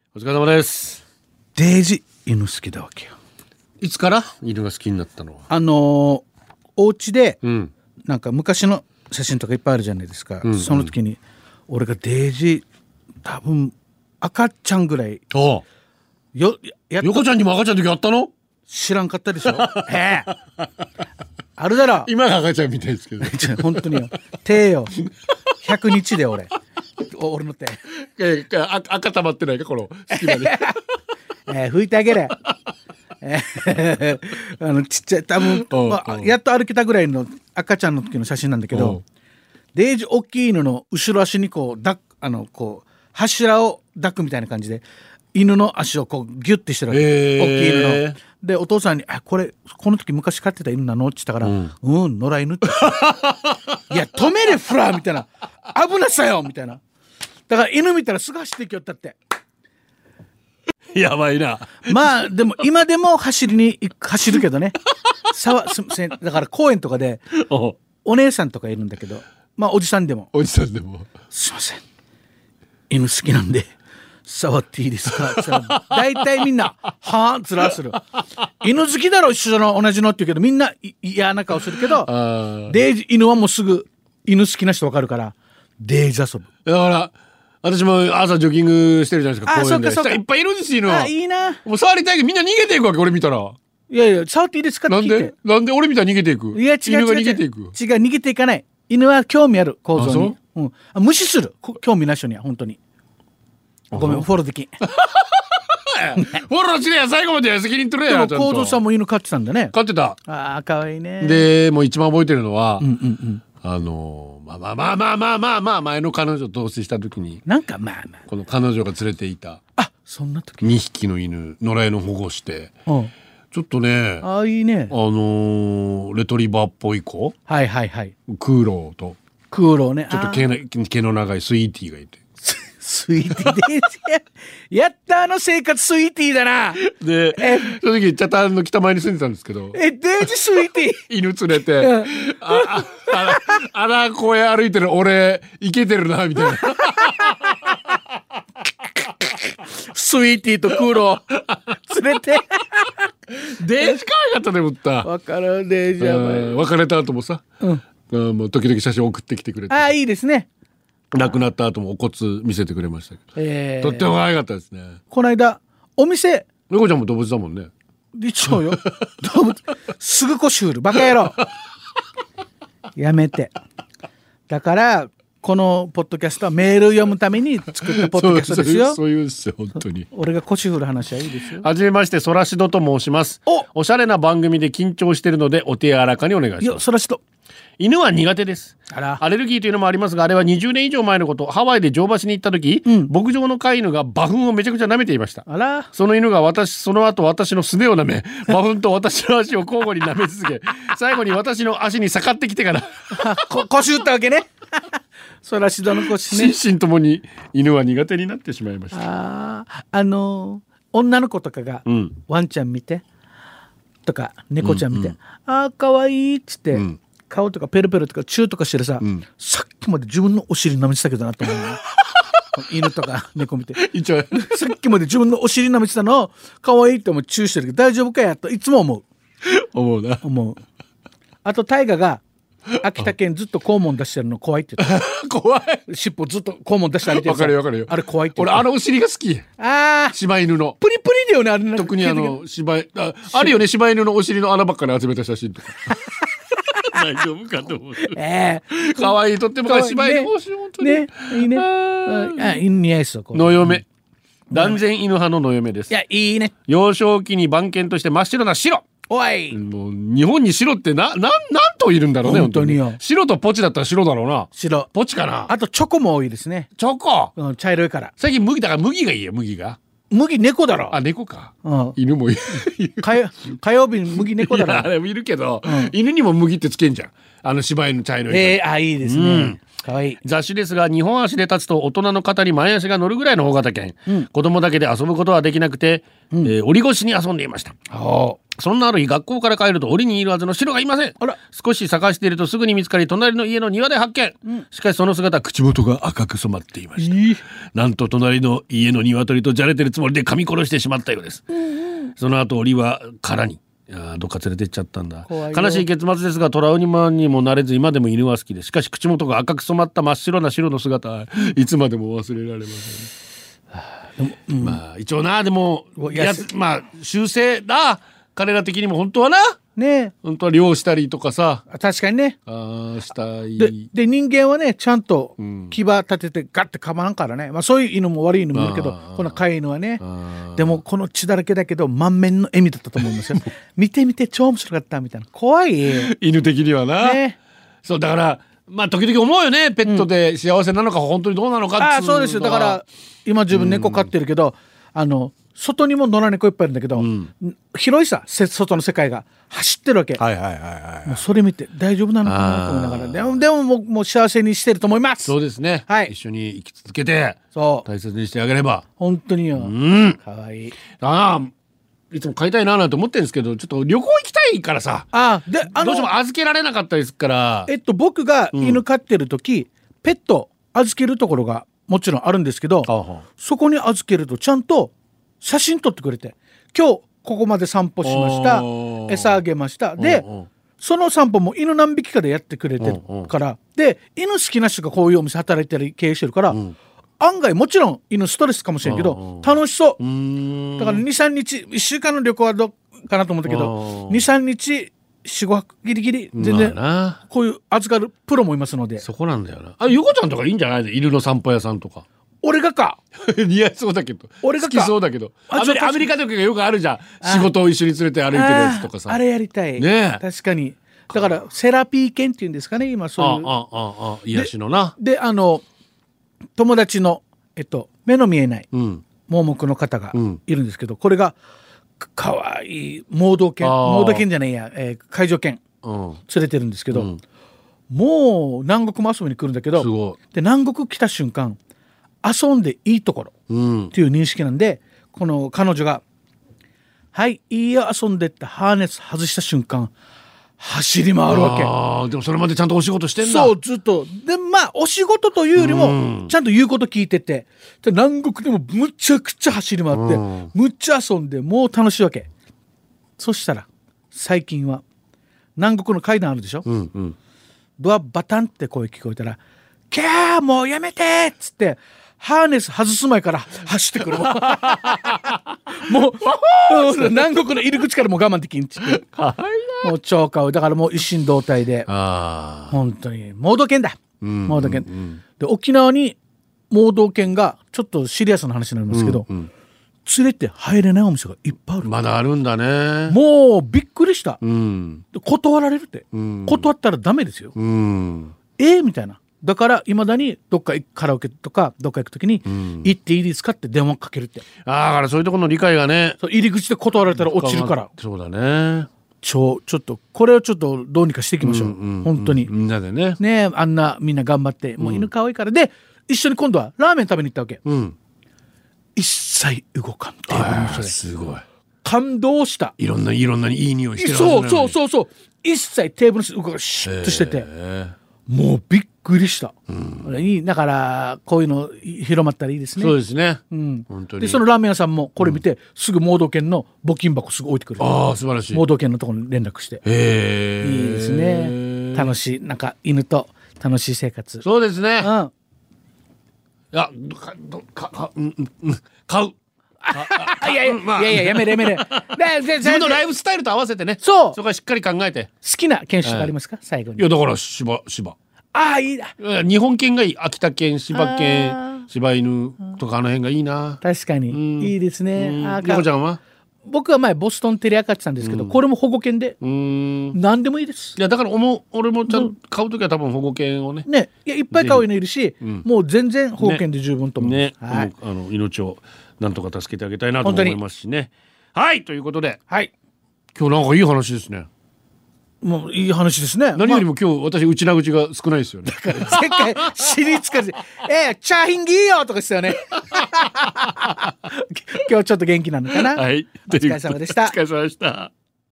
お疲れ様です。 デイジ犬好きだわけよ。 いつから犬が好きになったのは？ お家で、 なんか昔の写真とかいっぱいあるじゃないですか、その時に俺がデイジ多分赤ちゃんぐらい横ちゃんにも赤ちゃんの時あったの？ 知らんかったでしょあるだろ。 今が赤ちゃんみたいですけど本当によ。手よ100日で俺の手赤溜まってないかこの隙間で拭いてあげれちっちゃい多分、やっと歩けたぐらいの赤ちゃんの時の写真なんだけど、デイジ大きい犬の後ろ足にこう柱を抱くみたいな感じで犬の足をこうギュッてしてるわけ、大きい犬のでお父さんにこの時昔飼ってた犬なのって言ったから野良犬っていや止めれフラーみたいな危なさよみたいな。だから犬見たらすぐ走っていきよったってやばいな。 まあでも今でも走るけどねだから公園とかでお姉さんとかいるんだけど、まあおじさんでもすいません犬好きなんで触っていいですかって大体みんなはーんつらする犬好きだろ一緒の同じのって言うけどみんな嫌な顔するけどデイジ犬はもうすぐ犬好きな人分かるからデイジ遊ぶ。 だから私も朝ジョギングしてるじゃないですか。公園でいっぱいいるんですよ。 いいな。 もう触りたいけどみんな逃げていくわけ。俺見たらいや触っていいですかって聞いて。 なんで俺見たら逃げていく？ いや違う犬が逃げていく。 逃げていかない。犬は興味ある構造に。無視する興味ない人には本当にごめんフォローできんフォローしれや最後まで責任取れや。 でも構造さんも犬飼ってたんだね。 飼ってた。 かわいいね。 でもう一番覚えてるのは前の彼女と同棲した時にこの彼女が連れていたそんな時 2匹の犬野良犬保護してちょっとねいいねレトリバーっぽい子クーローとクーローねちょっと毛の長いスイーティーがいてスイーティーでやった生活スイーティーだな。 でその時チャタンの北前に住んでたんですけどデイジスイーティー犬連れて公園歩いてる俺イケてるなみたいなスイーティーとクーロー連れてデイジ可愛かったね。思った分かる。デイジは別れた後もさもう時々写真送ってきてくれていいですね。 亡くなった後もお骨見せてくれましたけど、とっても可愛かったですね。 この間お店猫ちゃんも動物だもんね。 一応よ動物すぐ腰振るバカ野郎やめて。だからこのポッドキャストはメール読むために作ったポッドキャストですよ。 そういうですよ本当に。 俺が腰振る話はいいですよ。 はじめましてソラシドと申します。おしゃれな番組で緊張しているのでお手柔らかにお願いします。 ソラシド犬は苦手です。アレルギーというのもありますが、あれは20年以上前のこと。ハワイで乗馬しに行った時、牧場の飼い犬が馬糞をめちゃくちゃ舐めていました。その犬がその後私のすねを舐め、馬糞と私の足を交互に舐め続け、最後に私の足に逆ってきてから腰打ったわけねソラシドの腰ね。 心身ともに犬は苦手になってしまいました。 女の子とかが、ワンちゃん見てとか猫ちゃん見て、かわいいっつって、顔とかペロペロとかチューとかしてるさ、さっきまで自分のお尻舐めてたけどなと思う犬とか猫見てさっきまで自分のお尻舐めてたのかわいいって思うチューしてるけど大丈夫かやといつも思う。あとタイガが秋田県ずっと肛門出してるの怖いって言った怖い尻尾ずっと肛門出してあげてるさ。 わかるよ。 あれ怖いって俺お尻が好き。柴犬のプリプリだよね。あれ特にあるよね柴犬のお尻の穴ばっかり集めた写真とか大丈夫かと思う。可愛いとっても柴犬欲しい本当にね。いいね。 犬似合いそう。 の嫁断然犬派のの嫁です。 いやいいね。 幼少期に番犬として真っ白な白。 おいもう日本に白ってなんといるんだろうね。 本当によ。 白とポチだったら白だろうな。 白ポチかな。 あとチョコも多いですね。 チョコ、 茶色いから。 最近麦だから麦がいいよ。麦猫だろ。 猫か。犬もいる。 火曜日に麦猫だろ。 あれもいるけど、犬にも麦ってつけんじゃん。柴犬の茶色い。 いいですね。 かわいい。 雑種ですが2本足で立つと大人の肩に前足が乗るぐらいの大型犬、子供だけで遊ぶことはできなくて、檻越しに遊んでいました。そんなある日学校から帰ると檻にいるはずのシロがいません。少し探しているとすぐに見つかり隣の家の庭で発見、しかしその姿は口元が赤く染まっていました。なんと隣の家の鶏とじゃれてるつもりで噛み殺してしまったようです。その後檻は殻にどっか連れてっちゃったんだ。悲しい結末ですがトラウマにもなれず今でも犬は好きです。しかし口元が赤く染まった真っ白な白の姿はいつまでも忘れられません。まあ一応なでもまあ修正だ彼ら的にも本当はなね、本当は漁したりとかさ確かにねしたいで人間はねちゃんと牙立ててガッて噛まんからね、まあ、そういう犬も悪い犬もいるけどこの飼い犬はねでもこの血だらけだけど満面の笑みだったと思うんですよ見てみて超面白かったみたいな怖い犬的にはな、ね、そうだからまあ時々思うよねペットで幸せなのか本当にどうなのかっていうのがそうですよ。だから今自分猫飼ってるけど外にも野良猫いっぱいいるんだけど、広いさ外の世界が走ってるわけ、もうそれ見て大丈夫なのかなと思いながらでももう幸せにしてると思います。 そうですね、はい、一緒に生き続けて大切にしてあげれば本当によ、かわいい。 いつも飼いたいななんて思ってるんですけどちょっと旅行行きたいからさでどうしても預けられなかったですから僕が犬飼ってる時、ペット預けるところがもちろんあるんですけどそこに預けるとちゃんと写真撮ってくれて今日ここまで散歩しました餌あげましたでその散歩も犬何匹かでやってくれてるからで犬好きな人がこういうお店働いてる経営してるから案外もちろん犬ストレスかもしれんけど楽しそうだから 2,3 日1週間の旅行はどうかなと思ったけど 2,3 日4、5泊ギリギリ全然こういう預かるプロもいますのでそこなんだよな。ゆこちゃんとかいいんじゃないの犬の散歩屋さんとか俺がか似合いそうだけど俺が好きそうだけどアメリカとかよくあるじゃん仕事を一緒に連れて歩いてるやつとかさあれやりたいね確かにだからセラピー犬っていうんですかね今そういう癒しのなで友達の目の見えない盲目の方がいるんですけどこれがかわいい盲導犬じゃないや介助犬連れてるんですけどもう南国も遊びに来るんだけどで南国来た瞬間遊んでいいところっていう認識なんでこの彼女がはいいいよ遊んでってハーネス外した瞬間走り回るわけ。 でもそれまでちゃんとお仕事してんだ。 そうずっとでまあお仕事というよりもちゃんと言うこと聞いててで南国でもむちゃくちゃ走り回ってむっちゃ遊んでもう楽しいわけ。そしたら最近は南国の階段あるでしょ、ドアバタンって声聞こえたらキャーもうやめてっつってハーネス外す前から走ってくるもう南国の入り口からもう我慢できんっつってもう超買うだからもう一心同体で本当に盲導犬だ盲導犬で沖縄に盲導犬がちょっとシリアスな話になりますけど、連れて入れないお店がいっぱいある。 まだあるんだね。 もうびっくりした、断られるって、断ったらダメですよ、みたいな。だからいまだにどっかカラオケとかどっか行くときに、行っていいですかって電話かけるって。 だからそういうところの理解がね入り口で断られたら落ちるから。 そうだね。 ちょっとこれをちょっとどうにかしていきましょう、本当にみんなでねあんなみんな頑張ってもう犬可愛いからで一緒に今度はラーメン食べに行ったわけ、一切動かんテーブルのそれすごい感動した。 いろんないい匂いしてるはずなのにそう一切テーブルの動かシュッとしててもうびっくりした、だからこういうの広まったらいいですね。 そうですね、本当に。 でそのラーメン屋さんもこれ見て、すぐ盲導犬の募金箱すぐ置いてくれる。 素晴らしい。 盲導犬のところに連絡していいですね。楽しい犬と楽しい生活。 そうですね。買ういややめれ自分のライフスタイルと合わせてね。 そこはしっかり考えて。 好きな犬種がありますか、最後に。 いやだから柴いいだ。 日本犬がいい。秋田犬柴犬柴犬とかあの辺がいいな。 確かにいいですね。 ゆこちゃんは？ 僕は前ボストンテリア飼ってたんですけど、これも保護犬で何でもいいです。 いやだから俺もちゃんと買うときは多分保護犬をね。 いやいっぱい飼う犬いるし、もう全然保護犬で十分と思うね。 命をなんとか助けてあげたいなと思いますしね。はいということで、今日なんかいい話ですね。 もういい話ですね。 何よりも今日私内な口が少ないですよね。 だから前回知りつかずチャーヒンギーよとかですよね。今日ちょっと元気なのかな。 はい。 お疲れ様でした。 お疲れ様でした。